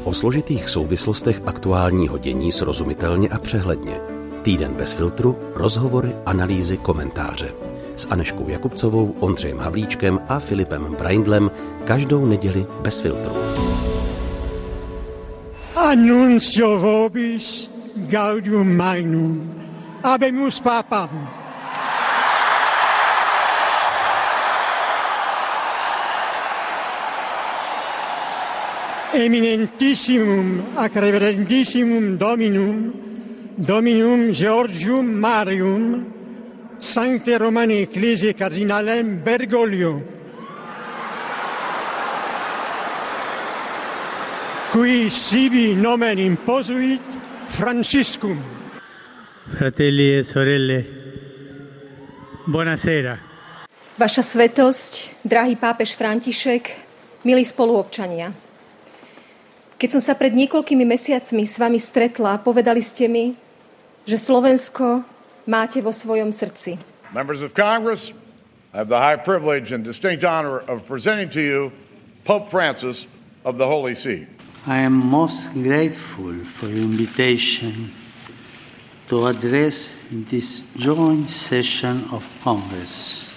O složitých souvislostech aktuálního dění srozumitelně a přehledně. Týden bez filtru, rozhovory, analýzy, komentáře. S Anežkou Jakubcovou, Ondřejem Havlíčkem a Filipem Braindlem každou neděli bez filtru. Annuncio vobis gaudium magnum, habemus papam. Eminentissimum ac reverendissimum Dominum Georgium Marium, Sancte Romane Ecclesiae Cardinalem Bergoglio, qui sibi nomen imposuit Franciscum. Fratelli e sorelle, buonasera. Vaša svetosť, drahý pápež František, milí spoluobčania. Keď som sa pred niekoľkými mesiacmi s vami stretla, povedali ste mi, že Slovensko máte vo svojom srdci. Members of Congress, I have the high privilege and distinct honor of presenting to you Pope Francis of the Holy See. I am most grateful for your invitation to address this joint session of Congress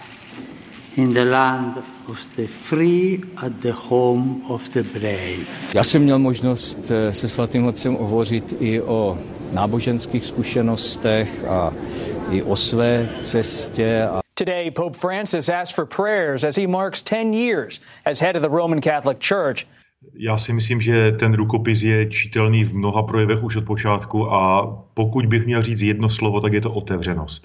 in the land of the free at the home of the brave. Já jsem měl možnost se svatým otcem hovořit i o náboženských zkušenostech a i o své cestě. Today, Pope Francis asked for prayers as he marks 10 years as head of the Roman Catholic Church. Já si myslím, že ten rukopis je čitelný v mnoha projevech už od počátku a pokud bych měl říct jedno slovo, tak je to otevřenost.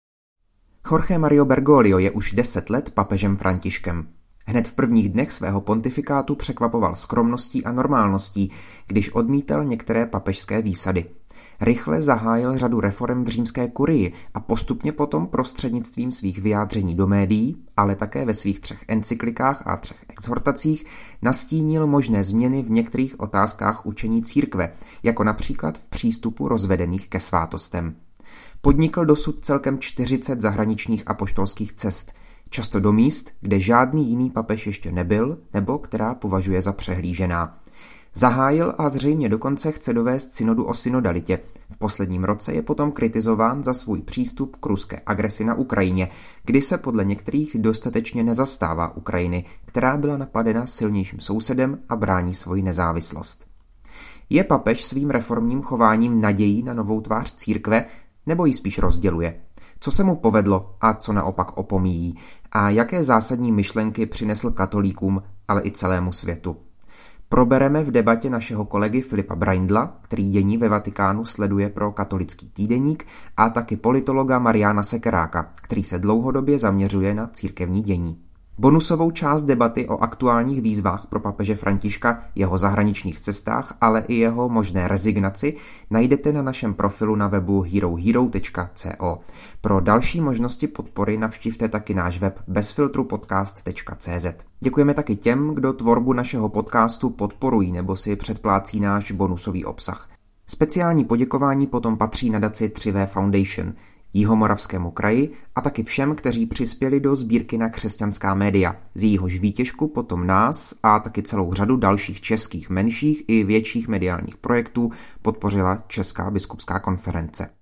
Jorge Mario Bergoglio je už 10 let papežem Františkem. Hned v prvních dnech svého pontifikátu překvapoval skromností a normálností, když odmítal některé papežské výsady. Rychle zahájil řadu reforem v římské kurii a postupně potom prostřednictvím svých vyjádření do médií, ale také ve svých 3 encyklikách a 3 exhortacích nastínil možné změny v některých otázkách učení církve, jako například v přístupu rozvedených ke svátostem. Podnikl dosud celkem 40 zahraničních apoštolských cest, často do míst, kde žádný jiný papež ještě nebyl nebo která považuje za přehlížená. Zahájil a zřejmě dokonce chce dovést synodu o synodalitě. V posledním roce je potom kritizován za svůj přístup k ruské agresi na Ukrajině, kdy se podle některých dostatečně nezastává Ukrajiny, která byla napadena silnějším sousedem a brání svoji nezávislost. Je papež svým reformním chováním nadějí na novou tvář církve, nebo ji spíš rozděluje? Co se mu povedlo a co naopak opomíjí? A jaké zásadní myšlenky přinesl katolíkům, ale i celému světu? Probereme v debatě našeho kolegy Filipa Braindla, který dění ve Vatikánu sleduje pro Katolický týdeník, a taky politologa Mariana Sekeráka, který se dlouhodobě zaměřuje na církevní dění. Bonusovou část debaty o aktuálních výzvách pro papeže Františka, jeho zahraničních cestách, ale i jeho možné rezignaci najdete na našem profilu na webu herohero.co. Pro další možnosti podpory navštivte taky náš web bezfiltrupodcast.cz. Děkujeme taky těm, kdo tvorbu našeho podcastu podporují nebo si předplácí náš bonusový obsah. Speciální poděkování potom patří nadaci 3V Foundation, Jihomoravskému kraji a taky všem, kteří přispěli do sbírky na křesťanská média. Z jejíhož výtěžku potom nás a taky celou řadu dalších českých menších i větších mediálních projektů podpořila Česká biskupská konference.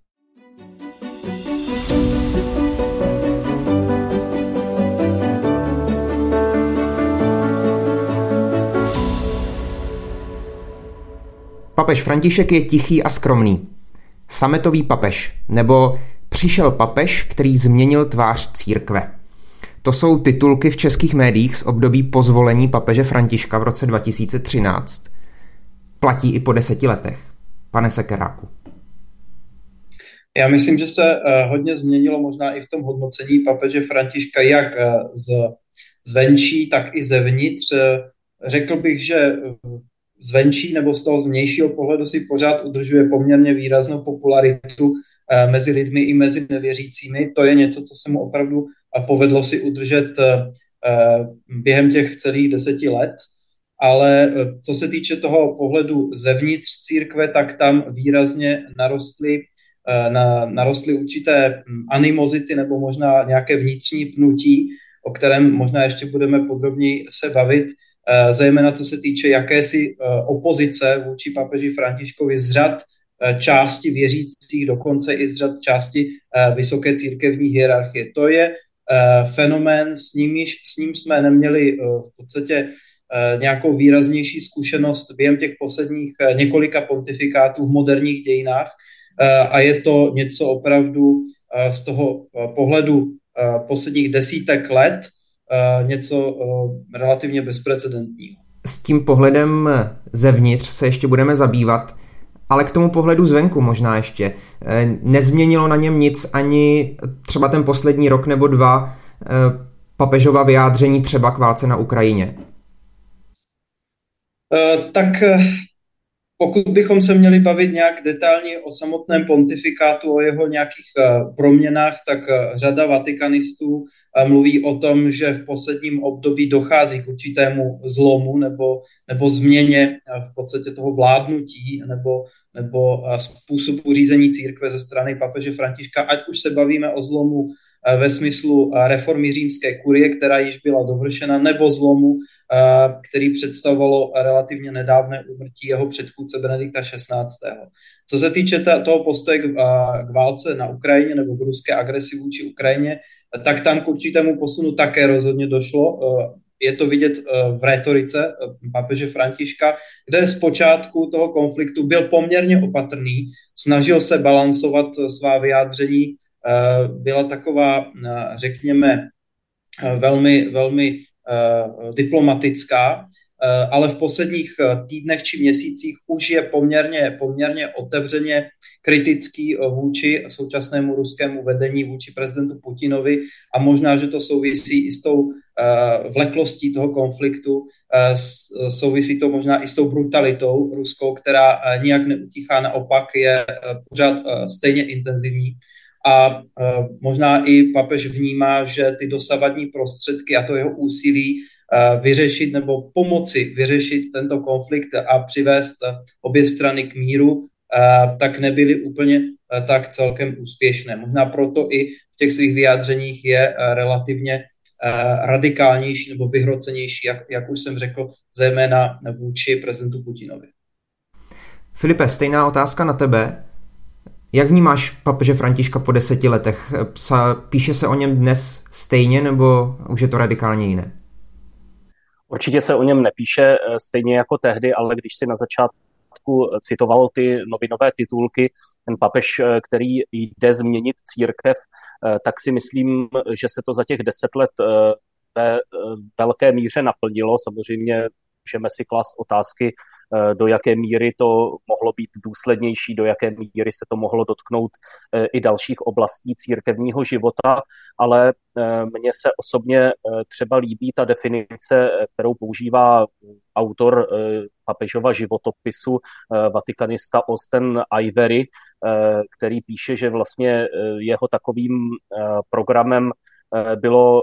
Papež František je tichý a skromný. Sametový papež, nebo přišel papež, který změnil tvář církve. To jsou titulky v českých médiích z období po zvolení papeže Františka v roce 2013. Platí i po 10 letech. Pane Sekeráku. Já myslím, že se hodně změnilo možná i v tom hodnocení papeže Františka, jak zvenčí, tak i zevnitř. Řekl bych, že zvenčí nebo z toho zvnějšího pohledu si pořád udržuje poměrně výraznou popularitu mezi lidmi i mezi nevěřícími. To je něco, co se mu opravdu povedlo si udržet během těch celých 10 let. Ale co se týče toho pohledu zevnitř církve, tak tam výrazně narostly určité animozity nebo možná nějaké vnitřní pnutí, o kterém možná ještě budeme podrobněji se bavit. zejména co se týče jakési opozice vůči papeži Františkovi z řad části věřících, dokonce i z řad části vysoké církevní hierarchie. To je fenomén, s ním jsme neměli v podstatě nějakou výraznější zkušenost během těch posledních několika pontifikátů v moderních dějinách a je to něco opravdu z toho pohledu posledních desítek let něco relativně bezprecedentního. S tím pohledem zevnitř se ještě budeme zabývat, ale k tomu pohledu zvenku možná ještě. Nezměnilo na něm nic ani třeba ten poslední rok nebo dva papežova vyjádření třeba k válce na Ukrajině? Tak pokud bychom se měli bavit nějak detailně o samotném pontifikátu, o jeho nějakých proměnách, tak řada vatikanistů mluví o tom, že v posledním období dochází k určitému zlomu nebo změně v podstatě toho vládnutí nebo způsobu řízení církve ze strany papeže Františka, ať už se bavíme o zlomu ve smyslu reformy římské kurie, která již byla dovršena, nebo zlomu, který představovalo relativně nedávné úmrtí jeho předchůdce Benedikta XVI. Co se týče toho postoje k válce na Ukrajině nebo k ruské agresi vůči Ukrajině, tak tam k určitému posunu také rozhodně došlo. Je to vidět v rétorice papeže Františka, kde z počátku toho konfliktu byl poměrně opatrný, snažil se balancovat svá vyjádření, byla taková, řekněme, velmi, velmi diplomatická, ale v posledních týdnech či měsících už je poměrně otevřeně kritický vůči současnému ruskému vedení, vůči prezidentu Putinovi a možná, že to souvisí i s tou vleklostí toho konfliktu, souvisí to možná i s tou brutalitou ruskou, která nijak neutichá, naopak je pořád stejně intenzivní. A možná i papež vnímá, že ty dosavadní prostředky a to jeho úsilí vyřešit nebo pomoci vyřešit tento konflikt a přivést obě strany k míru, tak nebyly úplně tak celkem úspěšné. Možná proto i v těch svých vyjádřeních je relativně radikálnější nebo vyhrocenější, jak už jsem řekl, zejména vůči prezidentu Putinovi. Filipe, stejná otázka na tebe. Jak vnímáš papeže Františka po 10 letech? Píše se o něm dnes stejně, nebo už je to radikálně jiné? Určitě se o něm nepíše stejně jako tehdy, ale když si na začátku citoval ty novinové titulky, ten papež, který jde změnit církev, tak si myslím, že se to za těch 10 let ve velké míře naplnilo. Samozřejmě můžeme si klást otázky, do jaké míry to mohlo být důslednější, do jaké míry se to mohlo dotknout i dalších oblastí církevního života, ale mně se osobně třeba líbí ta definice, kterou používá autor papežova životopisu, vatikanista Austin Ivery, který píše, že vlastně jeho takovým programem bylo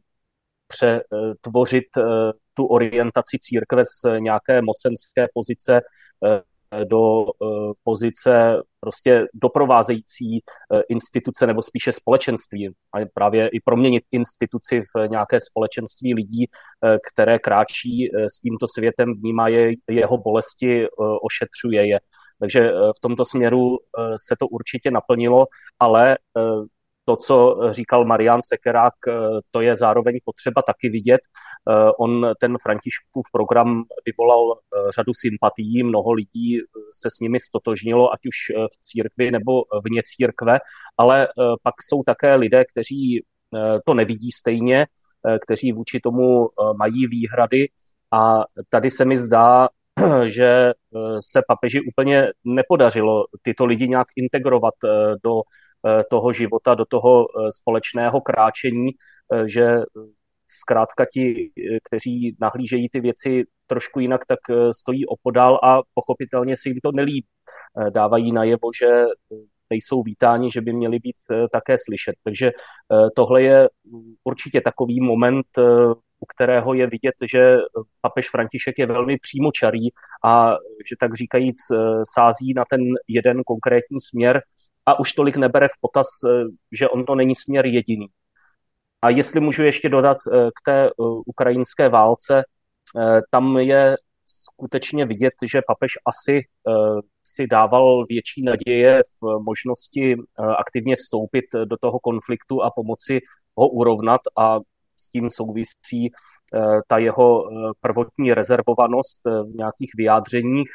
přetvořit tu orientaci církve z nějaké mocenské pozice do pozice prostě doprovázející instituce nebo spíše společenství a právě i proměnit instituci v nějaké společenství lidí, které kráčí s tímto světem, vnímá jeho bolesti, ošetřuje je. Takže v tomto směru se to určitě naplnilo, ale to, co říkal Marián Sekerák, to je zároveň potřeba taky vidět. On ten Františkův program vyvolal řadu sympatií, mnoho lidí se s nimi stotožnilo, ať už v církvi nebo vně církve, ale pak jsou také lidé, kteří to nevidí stejně, kteří vůči tomu mají výhrady a tady se mi zdá, že se papeži úplně nepodařilo tyto lidi nějak integrovat do toho života, do toho společného kráčení, že zkrátka ti, kteří nahlížejí ty věci trošku jinak, tak stojí opodál a pochopitelně si jim to nelíbí. Dávají najevo, že nejsou vítáni, že by měli být také slyšet. Takže tohle je určitě takový moment, u kterého je vidět, že papež František je velmi přímočarý a že tak říkajíc sází na ten jeden konkrétní směr a už tolik nebere v potaz, že on to není směr jediný. A jestli můžu ještě dodat k té ukrajinské válce, tam je skutečně vidět, že papež asi si dával větší naděje v možnosti aktivně vstoupit do toho konfliktu a pomoci ho urovnat, a s tím souvisí ta jeho prvotní rezervovanost v nějakých vyjádřeních.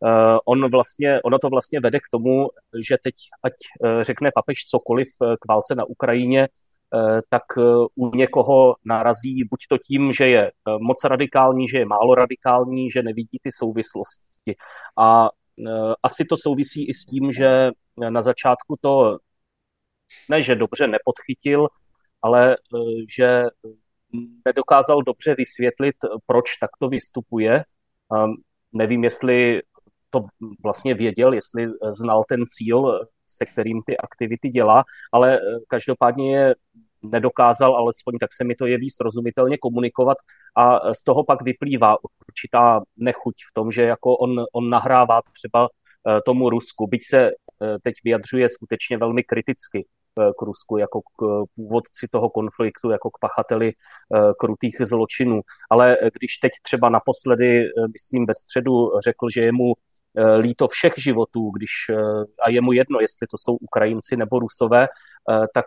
Ono to vlastně vede k tomu, že teď, ať řekne papež cokoliv k válce na Ukrajině, tak u někoho narazí buď to tím, že je moc radikální, že je málo radikální, že nevidí ty souvislosti. A asi to souvisí i s tím, že na začátku to ne, že dobře nepodchytil, ale že nedokázal dobře vysvětlit, proč takto vystupuje. Nevím, jestli to vlastně věděl, jestli znal ten cíl, se kterým ty aktivity dělá, ale každopádně je nedokázal, alespoň tak se mi to jeví, srozumitelně komunikovat, a z toho pak vyplývá určitá nechuť v tom, že jako on nahrává třeba tomu Rusku, byť se teď vyjadřuje skutečně velmi kriticky k Rusku jako k původci toho konfliktu, jako k pachateli krutých zločinů. Ale když teď třeba naposledy, myslím ve středu, řekl, že je mu líto všech životů, a je mu jedno, jestli to jsou Ukrajinci nebo Rusové, tak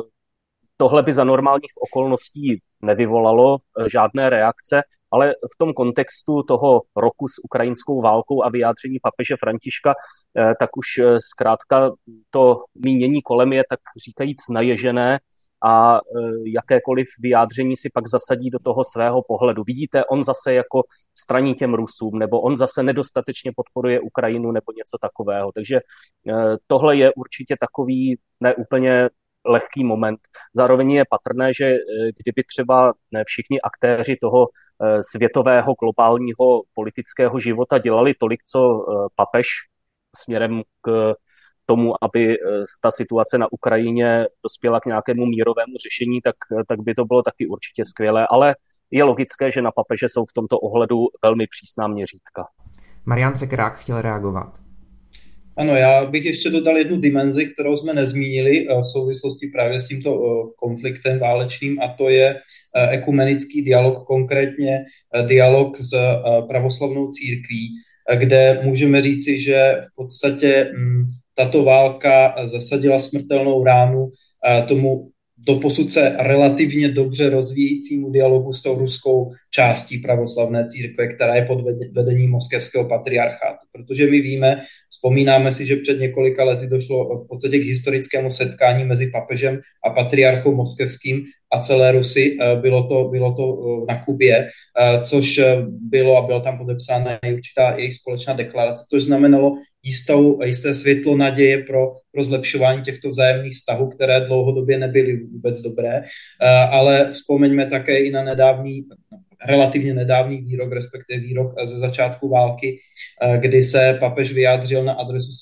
tohle by za normálních okolností nevyvolalo žádné reakce, ale v tom kontextu toho roku s ukrajinskou válkou a vyjádření papeže Františka, tak už zkrátka to mínění kolem je tak říkajíc naježené a jakékoliv vyjádření si pak zasadí do toho svého pohledu. Vidíte, on zase jako straní těm Rusům, nebo on zase nedostatečně podporuje Ukrajinu, nebo něco takového. Takže tohle je určitě takový neúplně lehký moment. Zároveň je patrné, že kdyby třeba všichni aktéři toho světového globálního politického života dělali tolik, co papež směrem k tomu, aby ta situace na Ukrajině dospěla k nějakému mírovému řešení, tak by to bylo taky určitě skvělé. Ale je logické, že na papeže jsou v tomto ohledu velmi přísná měřítka. Marián Sekerák chtěl reagovat. Ano, já bych ještě dodal jednu dimenzi, kterou jsme nezmínili v souvislosti právě s tímto konfliktem válečným, a to je ekumenický dialog, konkrétně dialog s pravoslavnou církví, kde můžeme říci, že v podstatě tato válka zasadila smrtelnou ránu tomu doposud se relativně dobře rozvíjejícímu dialogu s tou ruskou částí pravoslavné církve, která je pod vedením moskevského patriarchátu. Protože my víme, vzpomínáme si, že před několika lety došlo v podstatě k historickému setkání mezi papežem a patriarchou moskevským a celé Rusy. Bylo to na Kubě, což byla tam podepsána určitá jejich společná deklarace, což znamenalo jisté světlo naděje pro zlepšování těchto vzájemných vztahů, které dlouhodobě nebyly vůbec dobré. Ale vzpomeňme také i na relativně nedávný výrok, respektive výrok ze začátku války, kdy se papež vyjádřil na adresu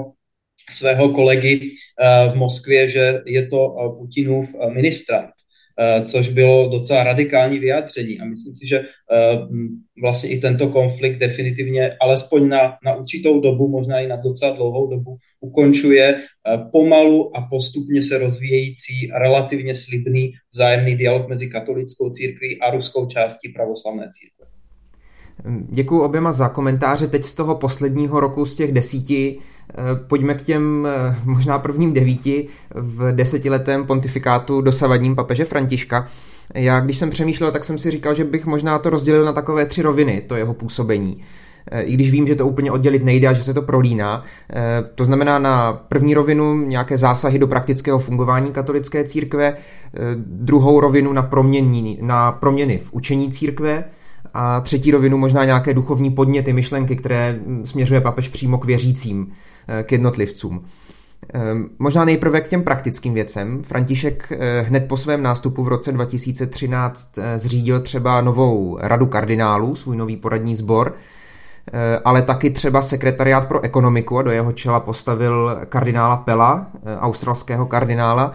svého kolegy v Moskvě, že je to Putinův ministrant, což bylo docela radikální vyjádření. A myslím si, že vlastně i tento konflikt definitivně, alespoň na určitou dobu, možná i na docela dlouhou dobu, ukončuje pomalu a postupně se rozvíjející relativně slibný vzájemný dialog mezi katolickou církví a ruskou částí pravoslavné církve. Děkuji oběma za komentáře. Teď z toho posledního roku, z těch 10, pojďme k těm možná prvním 9 v 10letém pontifikátu dosavadním papeže Františka. Já když jsem přemýšlel, tak jsem si říkal, že bych možná to rozdělil na takové 3 roviny, to jeho působení. I když vím, že to úplně oddělit nejde a že se to prolíná. To znamená na první rovinu nějaké zásahy do praktického fungování katolické církve, druhou rovinu na proměny v učení církve a třetí rovinu možná nějaké duchovní podněty, myšlenky, které směřuje papež přímo k věřícím, k jednotlivcům. Možná nejprve k těm praktickým věcem. František hned po svém nástupu v roce 2013 zřídil třeba novou radu kardinálů, svůj nový poradní sbor, ale taky třeba sekretariát pro ekonomiku a do jeho čela postavil kardinála Pela, australského kardinála,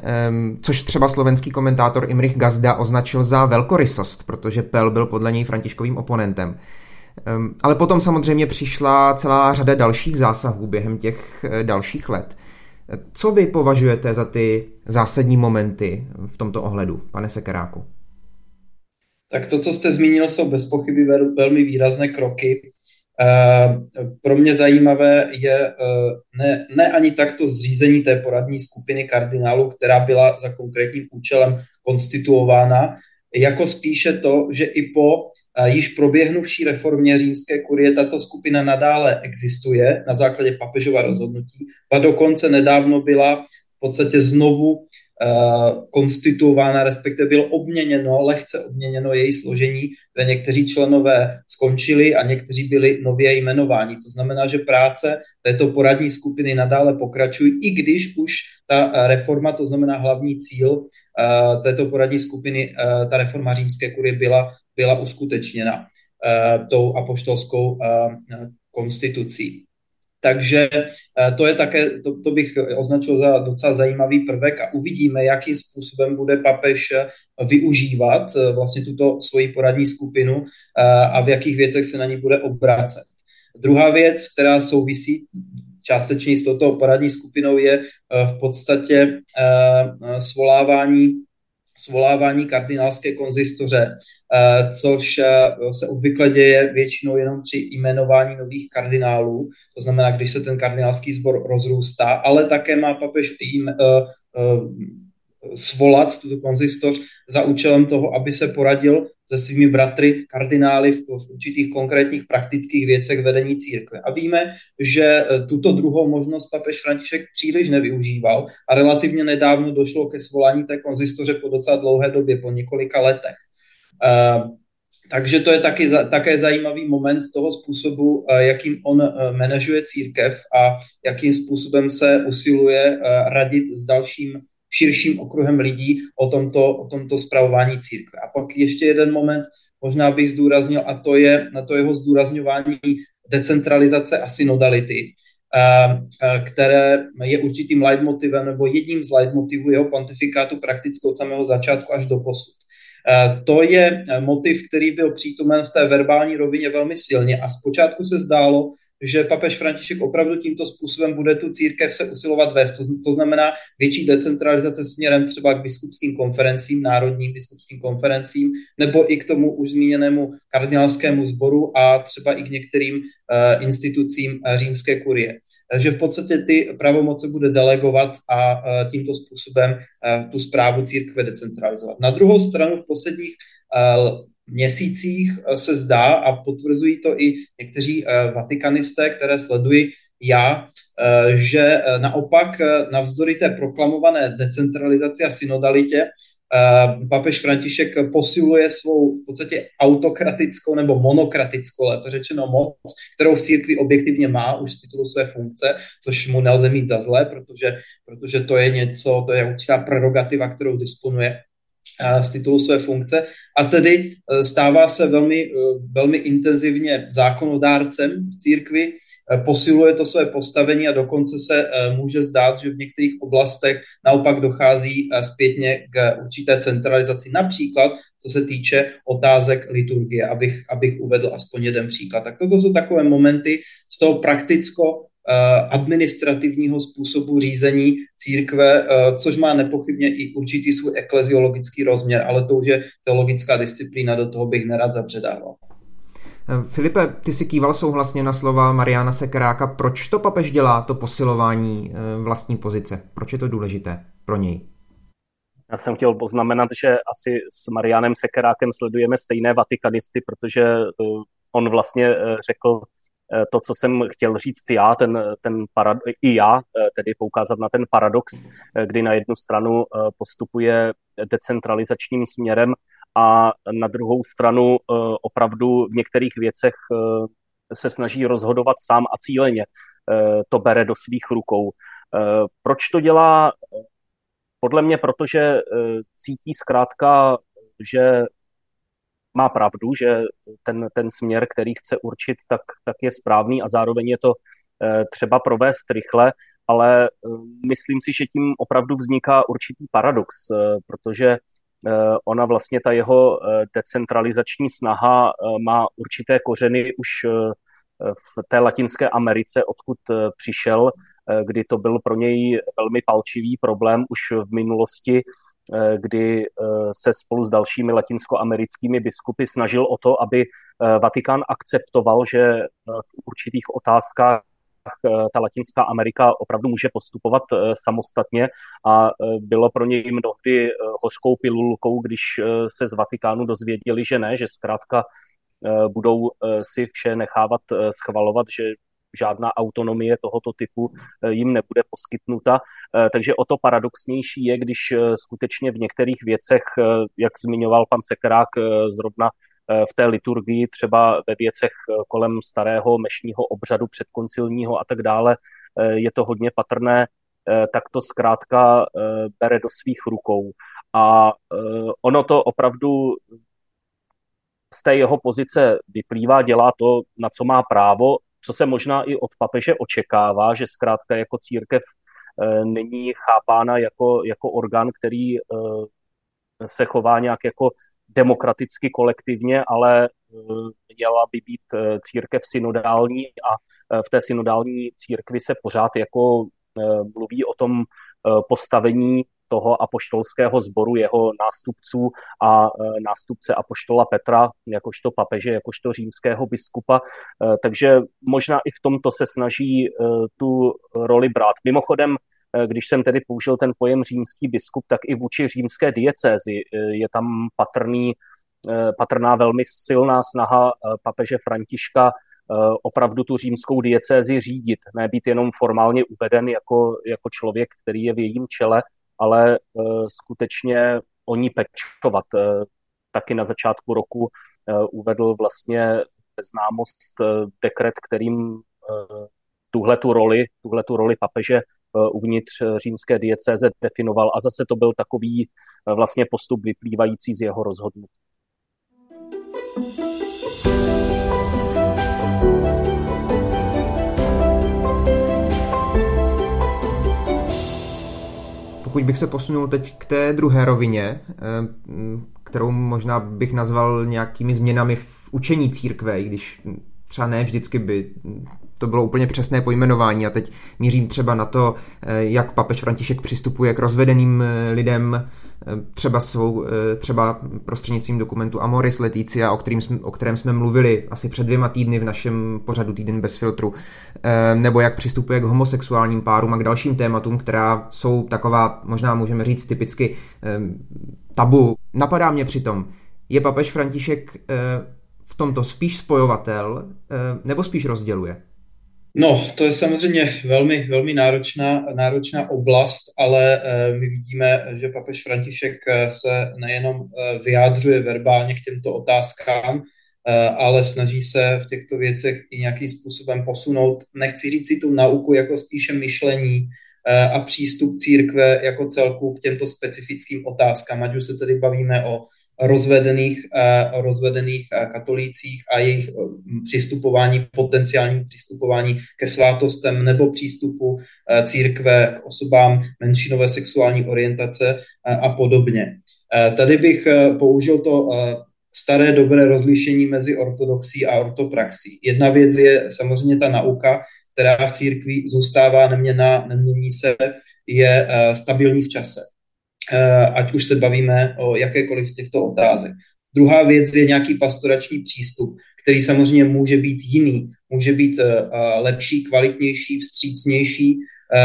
což třeba slovenský komentátor Imrich Gazda označil za velkorysost, protože Pel byl podle něj Františkovým oponentem. Ale potom samozřejmě přišla celá řada dalších zásahů během těch dalších let. Co vy považujete za ty zásadní momenty v tomto ohledu, pane Sekeráku? Tak to, co jste zmínil, jsou bez pochyby velmi výrazné kroky. Pro mě zajímavé je ne ani takto zřízení té poradní skupiny kardinálů, která byla za konkrétním účelem konstituována, jako spíše to, že i po již proběhnuvší reformě římské kurie tato skupina nadále existuje na základě papežova rozhodnutí, a dokonce nedávno byla v podstatě znovu konstituována, respektive bylo lehce obměněno její složení, kde někteří členové skončili a někteří byli nově jmenováni. To znamená, že práce této poradní skupiny nadále pokračují, i když už ta reforma, to znamená hlavní cíl této poradní skupiny, ta reforma římské kurie byla uskutečněna tou apoštolskou konstitucí. Takže to je také, to bych označil za docela zajímavý prvek a uvidíme, jakým způsobem bude papež využívat vlastně tuto svoji poradní skupinu a v jakých věcech se na ní bude obracet. Druhá věc, která souvisí částečně s touto poradní skupinou, je v podstatě svolávání kardinálské konzistoře, což se obvykle děje většinou jenom při jmenování nových kardinálů, to znamená, když se ten kardinálský sbor rozrůstá, ale také má papež svolat tuto konzistoř za účelem toho, aby se poradil se svými bratry kardinály v určitých konkrétních praktických věcech vedení církve. A víme, že tuto druhou možnost papež František příliš nevyužíval a relativně nedávno došlo ke svolání té konzistoře po docela dlouhé době, po několika letech. Takže to je také zajímavý moment toho způsobu, jakým on manažuje církev a jakým způsobem se usiluje radit s dalším širším okruhem lidí o tomto spravování církve. A pak ještě jeden moment možná bych zdůraznil, a to je na to jeho zdůrazňování decentralizace a synodality, které je určitým leitmotivem nebo jedním z leitmotivů jeho pontifikátu prakticky od samého začátku až do posud. To je motiv, který byl přítomen v té verbální rovině velmi silně a zpočátku se zdálo, že papež František opravdu tímto způsobem bude tu církev se usilovat vést. To znamená větší decentralizace směrem třeba k biskupským konferencím, národním biskupským konferencím, nebo i k tomu už zmíněnému kardinálskému sboru a třeba i k některým institucím římské kurie. Že v podstatě ty pravomoce bude delegovat a tímto způsobem tu správu církve decentralizovat. Na druhou stranu v posledních měsících se zdá, a potvrzují to i někteří vatikanisté, které sleduji já, že naopak navzdory té proklamované decentralizaci a synodalitě papež František posiluje svou v podstatě autokratickou nebo monokratickou, lépe řečeno moc, kterou v církvi objektivně má už z titulu své funkce, což mu nelze mít za zlé, protože to je určitá prerogativa, kterou disponuje z titulu své funkce, a tedy stává se velmi intenzivně zákonodárcem v církvi, posiluje to své postavení a dokonce se může zdát, že v některých oblastech naopak dochází zpětně k určité centralizaci, například co se týče otázek liturgie, abych uvedl aspoň jeden příklad. Tak toto jsou takové momenty z toho administrativního způsobu řízení církve, což má nepochybně i určitý svůj ekleziologický rozměr, ale to už je teologická disciplína, do toho bych nerad zabředával. Filipe, ty si kýval souhlasně na slova Mariána Sekeráka. Proč to papež dělá, to posilování vlastní pozice? Proč je to důležité pro něj? Já jsem chtěl poznamenat, že asi s Mariánem Sekerákem sledujeme stejné vatikanisty, protože on vlastně řekl to, co jsem chtěl říct já, tedy poukázat na ten paradox, kdy na jednu stranu postupuje decentralizačním směrem a na druhou stranu opravdu v některých věcech se snaží rozhodovat sám a cíleně to bere do svých rukou. Proč to dělá? Podle mě, protože cítí zkrátka, že má pravdu, že ten směr, který chce určit, tak je správný a zároveň je to třeba provést rychle, ale myslím si, že tím opravdu vzniká určitý paradox, protože ona vlastně ta jeho decentralizační snaha má určité kořeny už v té Latinské Americe, odkud přišel, kdy to byl pro něj velmi palčivý problém už v minulosti, kdy se spolu s dalšími latinskoamerickými biskupy snažil o to, aby Vatikán akceptoval, že v určitých otázkách ta Latinská Amerika opravdu může postupovat samostatně a bylo pro něj mnohdy hořkou pilulkou, když se z Vatikánu dozvěděli, že ne, že zkrátka budou si vše nechávat schvalovat, že žádná autonomie tohoto typu jim nebude poskytnuta. Takže o to paradoxnější je, když skutečně v některých věcech, jak zmiňoval pan Sekerák zrovna v té liturgii, třeba ve věcech kolem starého mešního obřadu předkoncilního a tak dále, je to hodně patrné, tak to zkrátka bere do svých rukou. A ono to opravdu z té jeho pozice vyplývá, dělá to, na co má právo, co se možná i od papeže očekává, že zkrátka jako církev není chápána jako orgán, který se chová nějak jako demokraticky kolektivně, ale měla by být církev synodální a v té synodální církvi se pořád jako mluví o tom postavení toho apoštolského sboru, jeho nástupců a nástupce apoštola Petra, jakožto papeže, jakožto římského biskupa. Takže možná i v tomto se snaží tu roli brát. Mimochodem, když jsem tedy použil ten pojem římský biskup, tak i vůči římské diecézi je tam patrná velmi silná snaha papeže Františka opravdu tu římskou diecézi řídit, ne být jenom formálně uveden jako člověk, který je v jejím čele, ale skutečně o ní pečovat. Taky na začátku roku uvedl vlastně známost dekret, kterým tuhletu roli papeže uvnitř římské diecéze definoval a zase to byl takový vlastně postup vyplývající z jeho rozhodnutí. Pokud bych se posunul teď k té druhé rovině, kterou možná bych nazval nějakými změnami v učení církve, i když třeba ne vždycky by to bylo úplně přesné pojmenování. A teď mířím třeba na to, jak papež František přistupuje k rozvedeným lidem, třeba prostřednictvím dokumentu Amoris Laetitia, o kterém jsme mluvili asi před 2 týdny v našem pořadu Týden bez filtru, nebo jak přistupuje k homosexuálním párům a k dalším tématům, která jsou taková, možná můžeme říct typicky tabu. Napadá mě přitom, je papež František v tomto spíš spojovatel nebo spíš rozděluje? No, to je samozřejmě velmi, velmi náročná oblast, ale my vidíme, že papež František se nejenom vyjádřuje verbálně k těmto otázkám, ale snaží se v těchto věcech i nějakým způsobem posunout, nechci říct si tu nauku jako spíše myšlení a přístup církve jako celku k těmto specifickým otázkám, ať už se tedy bavíme o rozvedených katolících a jejich potenciálním přistupování ke svátostem nebo přístupu církve k osobám menšinové sexuální orientace a podobně. Tady bych použil to staré dobré rozlišení mezi ortodoxí a ortopraxí. Jedna věc je samozřejmě ta nauka, která v církvi zůstává neměnná, nemění se, je stabilní v čase. Ať už se bavíme o jakékoliv z těchto otázek. Druhá věc je nějaký pastorační přístup, který samozřejmě může být jiný, může být lepší, kvalitnější, vstřícnější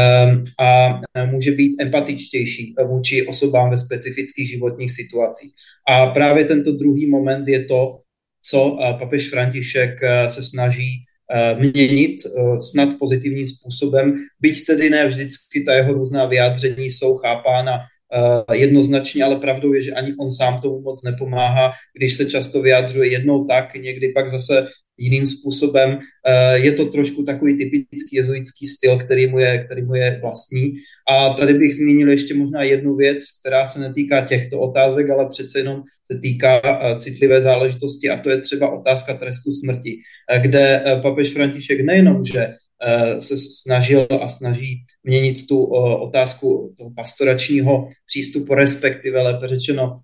a může být empatičtější vůči osobám ve specifických životních situacích. A právě tento druhý moment je to, co papež František se snaží měnit snad pozitivním způsobem, byť tedy ne vždycky ta jeho různá vyjádření jsou chápána jednoznačně, ale pravdou je, že ani on sám tomu moc nepomáhá, když se často vyjadřuje jednou tak, někdy pak zase jiným způsobem. Je to trošku takový typický jezuitský styl, který mu je vlastní. A tady bych zmínil ještě možná jednu věc, která se netýká těchto otázek, ale přece jenom se týká citlivé záležitosti, a to je třeba otázka trestu smrti, kde papež František nejenom, že se snažil a snaží měnit tu otázku toho pastoračního přístupu, respektive lépe řečeno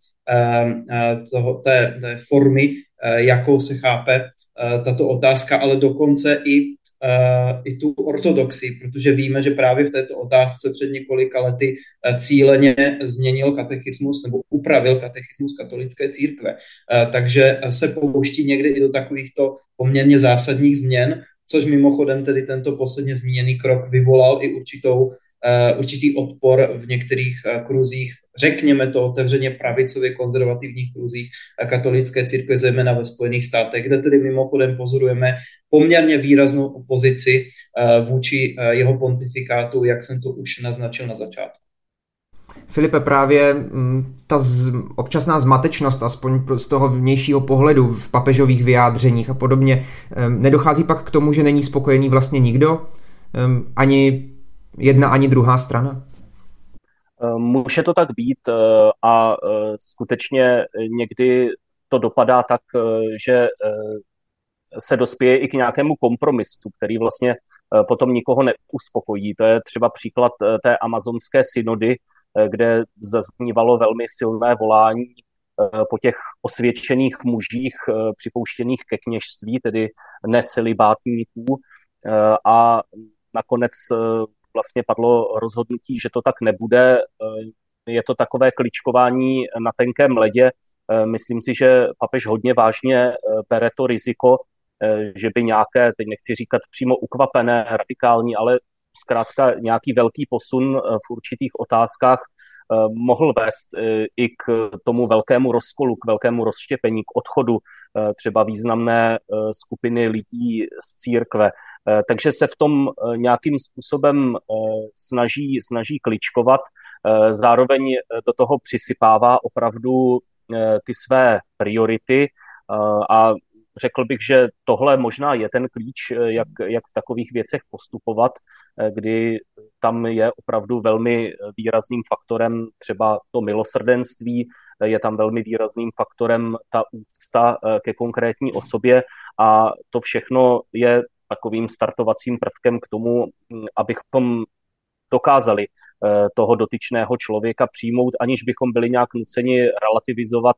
té formy, jakou se chápe tato otázka, ale dokonce i i tu ortodoxii, protože víme, že právě v této otázce před několika lety cíleně změnil katechismus nebo upravil katechismus katolické církve. Takže se pouští někdy i do takovýchto poměrně zásadních změn, což mimochodem tedy tento posledně zmíněný krok vyvolal i určitý odpor v některých kruzích, řekněme to otevřeně pravicově konzervativních kruzích katolické církve, zejména ve Spojených státech, kde tedy mimochodem pozorujeme poměrně výraznou opozici vůči jeho pontifikátu, jak jsem to už naznačil na začátku. Filipe, právě ta občasná zmatečnost, aspoň z toho vnějšího pohledu v papežových vyjádřeních a podobně, nedochází pak k tomu, že není spokojený vlastně nikdo? Ani jedna, ani druhá strana? Může to tak být a skutečně někdy to dopadá tak, že se dospěje i k nějakému kompromisu, který vlastně potom nikoho neuspokojí. To je třeba příklad té amazonské synody, kde zaznívalo velmi silné volání po těch osvědčených mužích připouštěných ke kněžství, tedy necelibátníků, a nakonec vlastně padlo rozhodnutí, že to tak nebude. Je to takové kličkování na tenkém ledě. Myslím si, že papež hodně vážně bere to riziko, že by nějaké, teď nechci říkat přímo ukvapené, radikální, ale zkrátka nějaký velký posun v určitých otázkách mohl vést i k tomu velkému rozkolu, k velkému rozštěpení, k odchodu třeba významné skupiny lidí z církve. Takže se v tom nějakým způsobem snaží kličkovat, zároveň do toho přisypává opravdu ty své priority a řekl bych, že tohle možná je ten klíč, jak v takových věcech postupovat, kdy tam je opravdu velmi výrazným faktorem třeba to milosrdenství, je tam velmi výrazným faktorem ta úcta ke konkrétní osobě a to všechno je takovým startovacím prvkem k tomu, abychom dokázali toho dotyčného člověka přijmout, aniž bychom byli nějak nuceni relativizovat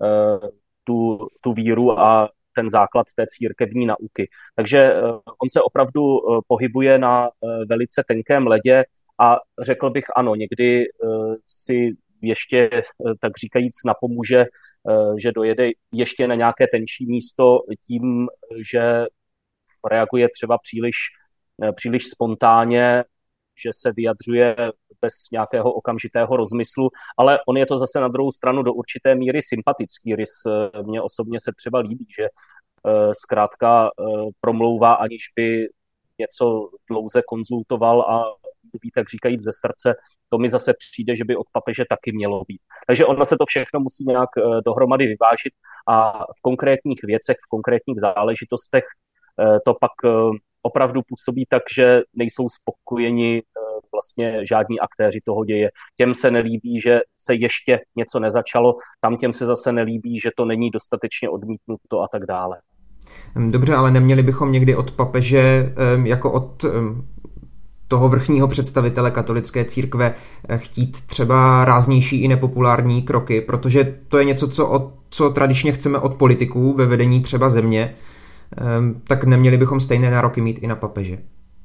tu víru a ten základ té církevní nauky. Takže on se opravdu pohybuje na velice tenkém ledě a řekl bych ano, někdy si ještě, tak říkajíc, napomůže, že dojede ještě na nějaké tenčí místo tím, že reaguje třeba příliš spontánně, že se vyjadřuje bez nějakého okamžitého rozmyslu, ale on je to zase na druhou stranu do určité míry sympatický rys. Mně osobně se třeba líbí, že zkrátka promlouvá, aniž by něco dlouze konzultoval a mluví, tak říkajíc, ze srdce. To mi zase přijde, že by od papeže taky mělo být. Takže ono se to všechno musí nějak dohromady vyvážit a v konkrétních věcech, v konkrétních záležitostech to pak opravdu působí tak, že nejsou spokojeni vlastně žádní aktéři toho děje. Těm se nelíbí, že se ještě něco nezačalo, tam těm se zase nelíbí, že to není dostatečně odmítnuto a tak dále. Dobře, ale neměli bychom někdy od papeže jako od toho vrchního představitele katolické církve chtít třeba ráznější i nepopulární kroky, protože to je něco, co tradičně chceme od politiků ve vedení třeba země, tak neměli bychom stejné nároky mít i na papeže.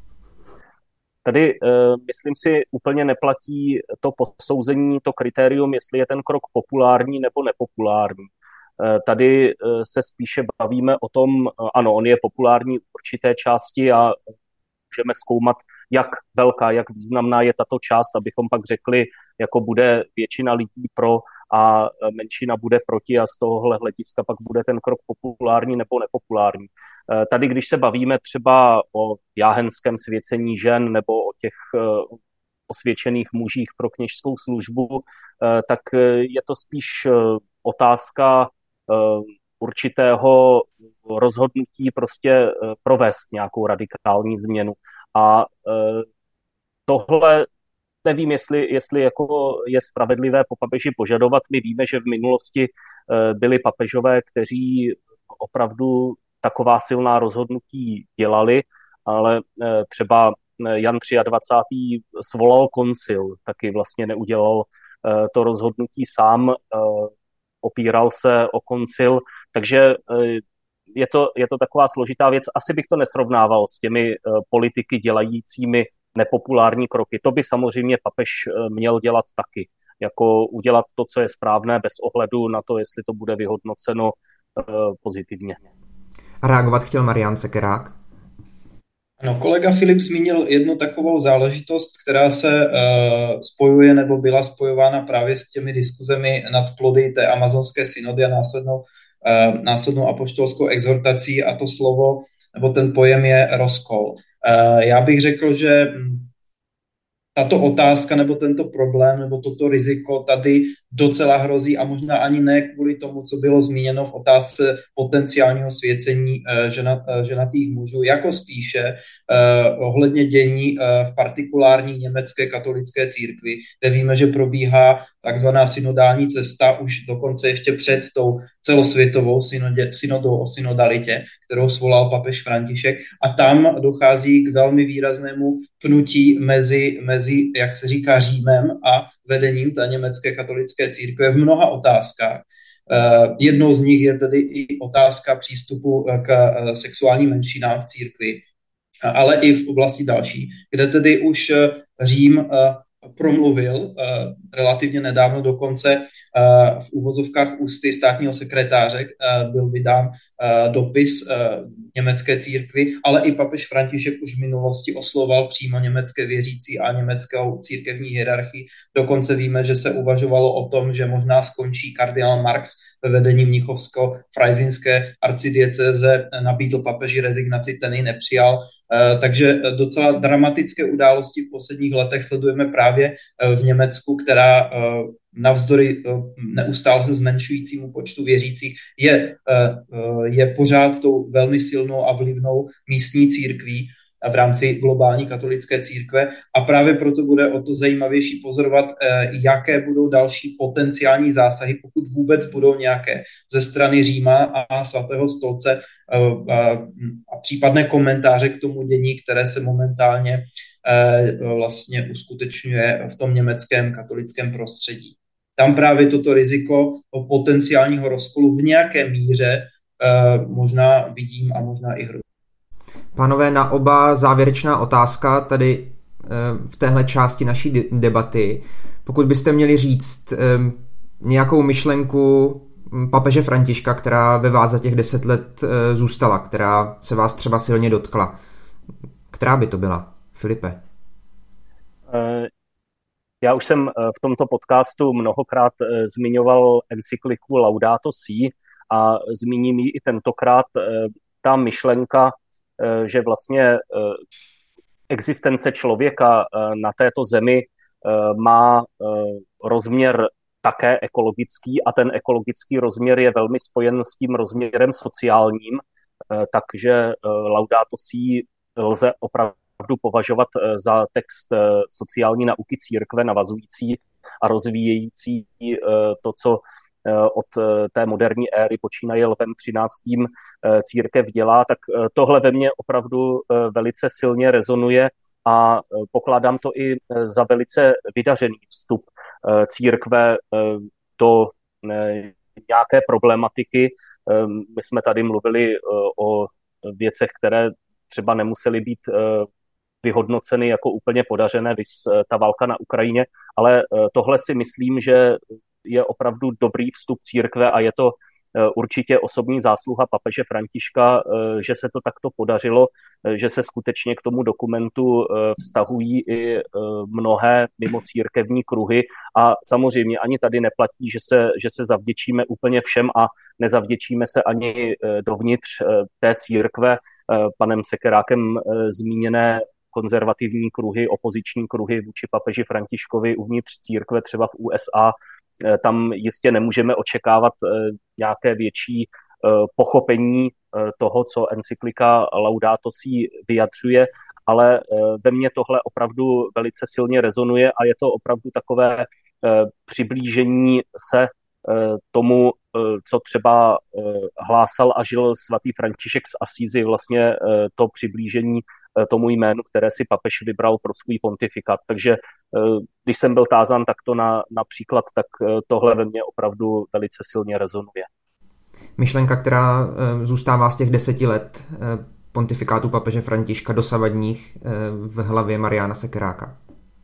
Tady, myslím si, úplně neplatí to posouzení, to kritérium, jestli je ten krok populární nebo nepopulární. Tady se spíše bavíme o tom, ano, on je populární v určité části a můžeme zkoumat, jak velká, jak významná je tato část, abychom pak řekli, jako bude většina lidí pro a menšina bude proti a z tohohle hlediska pak bude ten krok populární nebo nepopulární. Tady, když se bavíme třeba o jáhenském svěcení žen nebo o těch osvědčených mužích pro kněžskou službu, tak je to spíš otázka určitého rozhodnutí prostě provést nějakou radikální změnu. A tohle nevím, jestli jako je spravedlivé po papeži požadovat. My víme, že v minulosti byli papežové, kteří opravdu taková silná rozhodnutí dělali, ale třeba Jan 23. svolal koncil, taky vlastně neudělal to rozhodnutí sám, opíral se o koncil, takže je to taková složitá věc. Asi bych to nesrovnával s těmi politiky dělajícími nepopulární kroky. To by samozřejmě papež měl dělat taky. Jako udělat to, co je správné, bez ohledu na to, jestli to bude vyhodnoceno pozitivně. A reagovat chtěl Marián Sekerák? No, kolega Filip zmínil jednu takovou záležitost, která se spojuje nebo byla spojována právě s těmi diskuzemi nad plody té amazonské synody a následnou apoštolskou exhortací, a to slovo nebo ten pojem je rozkol. Já bych řekl, že tato otázka nebo tento problém nebo toto riziko tady docela hrozí a možná ani ne kvůli tomu, co bylo zmíněno v otázce potenciálního svěcení ženatých mužů, jako spíše ohledně dění v partikulární německé katolické církvi, kde víme, že probíhá takzvaná synodální cesta už dokonce ještě před tou celosvětovou synodou o synodalitě, kterou svolal papež František, a tam dochází k velmi výraznému pnutí mezi, jak se říká, Římem a vedením té německé katolické církve v mnoha otázkách. Jednou z nich je tedy i otázka přístupu k sexuálním menšinám v církvi, ale i v oblasti další, kde tedy už Řím promluvil relativně nedávno, dokonce v úvozovkách ústy státního sekretáře byl vydán dopis německé církvi, ale i papež František už v minulosti oslovoval přímo německé věřící a německou církevní hierarchii. Dokonce víme, že se uvažovalo o tom, že možná skončí kardinál Marx ve vedení mnichovsko-frajzinské arcidiecéze, nabídl papeži rezignaci, ten ji nepřijal. Takže docela dramatické události v posledních letech sledujeme právě v Německu, která navzdory neustále se zmenšujícímu počtu věřících je pořád tou velmi silnou a vlivnou místní církví v rámci globální katolické církve, a právě proto bude o to zajímavější pozorovat, jaké budou další potenciální zásahy, pokud vůbec budou nějaké, ze strany Říma a Svatého stolce a případné komentáře k tomu dění, které se momentálně vlastně uskutečňuje v tom německém katolickém prostředí. Tam právě toto riziko potenciálního rozkolu v nějaké míře možná vidím a možná i hrozí. Pánové, na oba závěrečná otázka tady v téhle části naší debaty. Pokud byste měli říct nějakou myšlenku papeže Františka, která ve vás za těch 10 let zůstala, která se vás třeba silně dotkla, která by to byla? Filipe? Já už jsem v tomto podcastu mnohokrát zmiňoval encykliku Laudato Si a zmíním ji i tentokrát. Ta myšlenka, že vlastně existence člověka na této zemi má rozměr také ekologický, a ten ekologický rozměr je velmi spojen s tím rozměrem sociálním, takže Laudato Si lze opravdu považovat za text sociální nauky církve navazující a rozvíjející to, co od té moderní éry počínaje Lvem 13. církev dělá, tak tohle ve mně opravdu velice silně rezonuje a pokládám to i za velice vydařený vstup církve do nějaké problematiky. My jsme tady mluvili o věcech, které třeba nemusely být vyhodnoceny jako úplně podařené, viz ta válka na Ukrajině, ale tohle si myslím, že je opravdu dobrý vstup církve a je to určitě osobní zásluha papeže Františka, že se to takto podařilo, že se skutečně k tomu dokumentu vztahují i mnohé mimocírkevní kruhy a samozřejmě ani tady neplatí, že se zavděčíme úplně všem a nezavděčíme se ani dovnitř té církve. Panem Sekerákem zmíněné konzervativní kruhy, opoziční kruhy vůči papeži Františkovi uvnitř církve třeba v USA, tam jistě nemůžeme očekávat nějaké větší pochopení toho, co encyklika Laudato Si vyjadřuje, ale ve mně tohle opravdu velice silně rezonuje a je to opravdu takové přiblížení se tomu, co třeba hlásal a žil svatý František z Asízy, vlastně to přiblížení tomu jménu, které si papež vybral pro svůj pontifikát. Takže když jsem byl tázán takto na příklad, tak tohle ve mně opravdu velice silně rezonuje. Myšlenka, která zůstává z těch 10 let pontifikátu papeže Františka dosavadních v hlavě Mariána Sekeráka.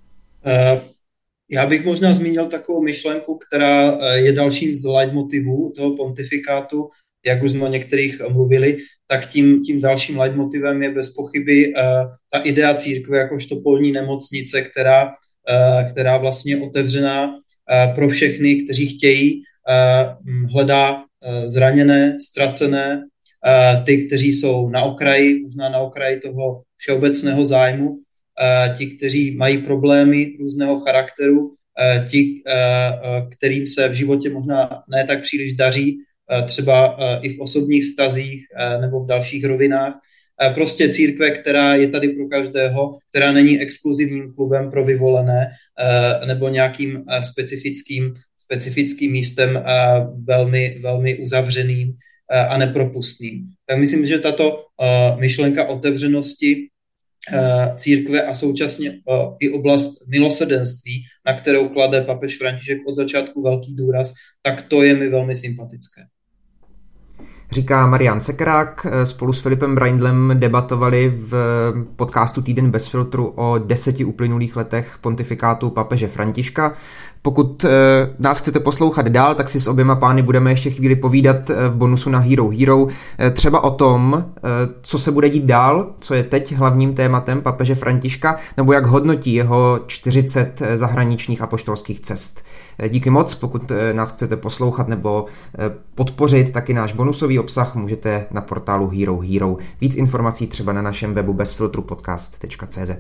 Já bych možná zmínil takovou myšlenku, která je dalším z leitmotivů toho pontifikátu, jak už jsme o některých mluvili, tak tím dalším leitmotivem je bez pochyby ta idea církve jakožto polní nemocnice, která vlastně je otevřená pro všechny, kteří chtějí, hledá zraněné, ztracené, ty, kteří jsou na okraji, možná na okraji toho všeobecného zájmu, ti, kteří mají problémy různého charakteru, ti, kterým se v životě možná ne tak příliš daří, třeba i v osobních vztazích nebo v dalších rovinách. Prostě církve, která je tady pro každého, která není exkluzivním klubem pro vyvolené nebo nějakým specifickým místem velmi, velmi uzavřeným a nepropustným. Tak myslím, že tato myšlenka otevřenosti církve a současně i oblast milosrdenství, na kterou klade papež František od začátku velký důraz, tak to je mi velmi sympatické. Říká Marián Sekerák. Spolu s Filipem Braindlem debatovali v podcastu Týden bez filtru o 10 uplynulých letech pontifikátu papeže Františka. Pokud nás chcete poslouchat dál, tak si s oběma pány budeme ještě chvíli povídat v bonusu na Hero Hero. Třeba o tom, co se bude dít dál, co je teď hlavním tématem papeže Františka, nebo jak hodnotí jeho 40 zahraničních apoštolských cest. Díky moc, pokud nás chcete poslouchat nebo podpořit taky náš bonusový obsah, můžete na portálu Hero Hero. Víc informací třeba na našem webu bezfiltrupodcast.cz.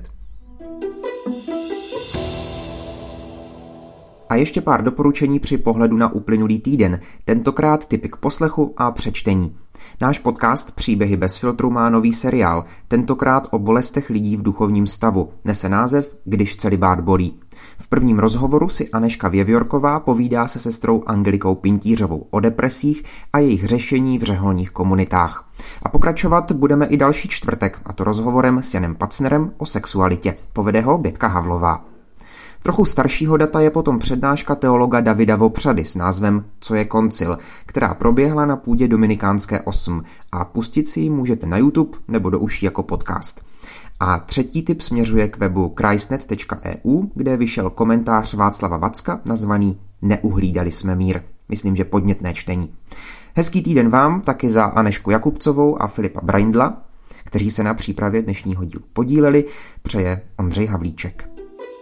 A ještě pár doporučení při pohledu na uplynulý týden, tentokrát tipy k poslechu a přečtení. Náš podcast Příběhy bez filtru má nový seriál, tentokrát o bolestech lidí v duchovním stavu. Nese název Když celibát bolí. V prvním rozhovoru si Anežka Věvjorková povídá se sestrou Angelikou Pintířovou o depresích a jejich řešení v řeholních komunitách. A pokračovat budeme i další čtvrtek, a to rozhovorem s Janem Pacnerem o sexualitě. Povede ho Bětka Havlová. Trochu staršího data je potom přednáška teologa Davida Vopřady s názvem Co je koncil, která proběhla na půdě Dominikánské 8 a pustit si ji můžete na YouTube nebo do uší jako podcast. A třetí tip směřuje k webu christnet.eu, kde vyšel komentář Václava Vacka nazvaný Neuhlídali jsme mír. Myslím, že podnětné čtení. Hezký týden vám taky za Anežku Jakubcovou a Filipa Braindla, kteří se na přípravě dnešního dílu podíleli, přeje Ondřej Havlíček.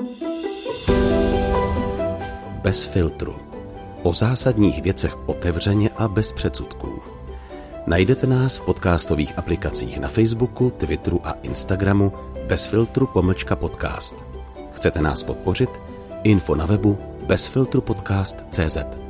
Bez filtru. O zásadních věcech otevřeně a bez předsudků. Najdete nás v podcastových aplikacích na Facebooku, Twitteru a Instagramu bezfiltru_podcast. Chcete nás podpořit? Info na webu bezfiltrupodcast.cz.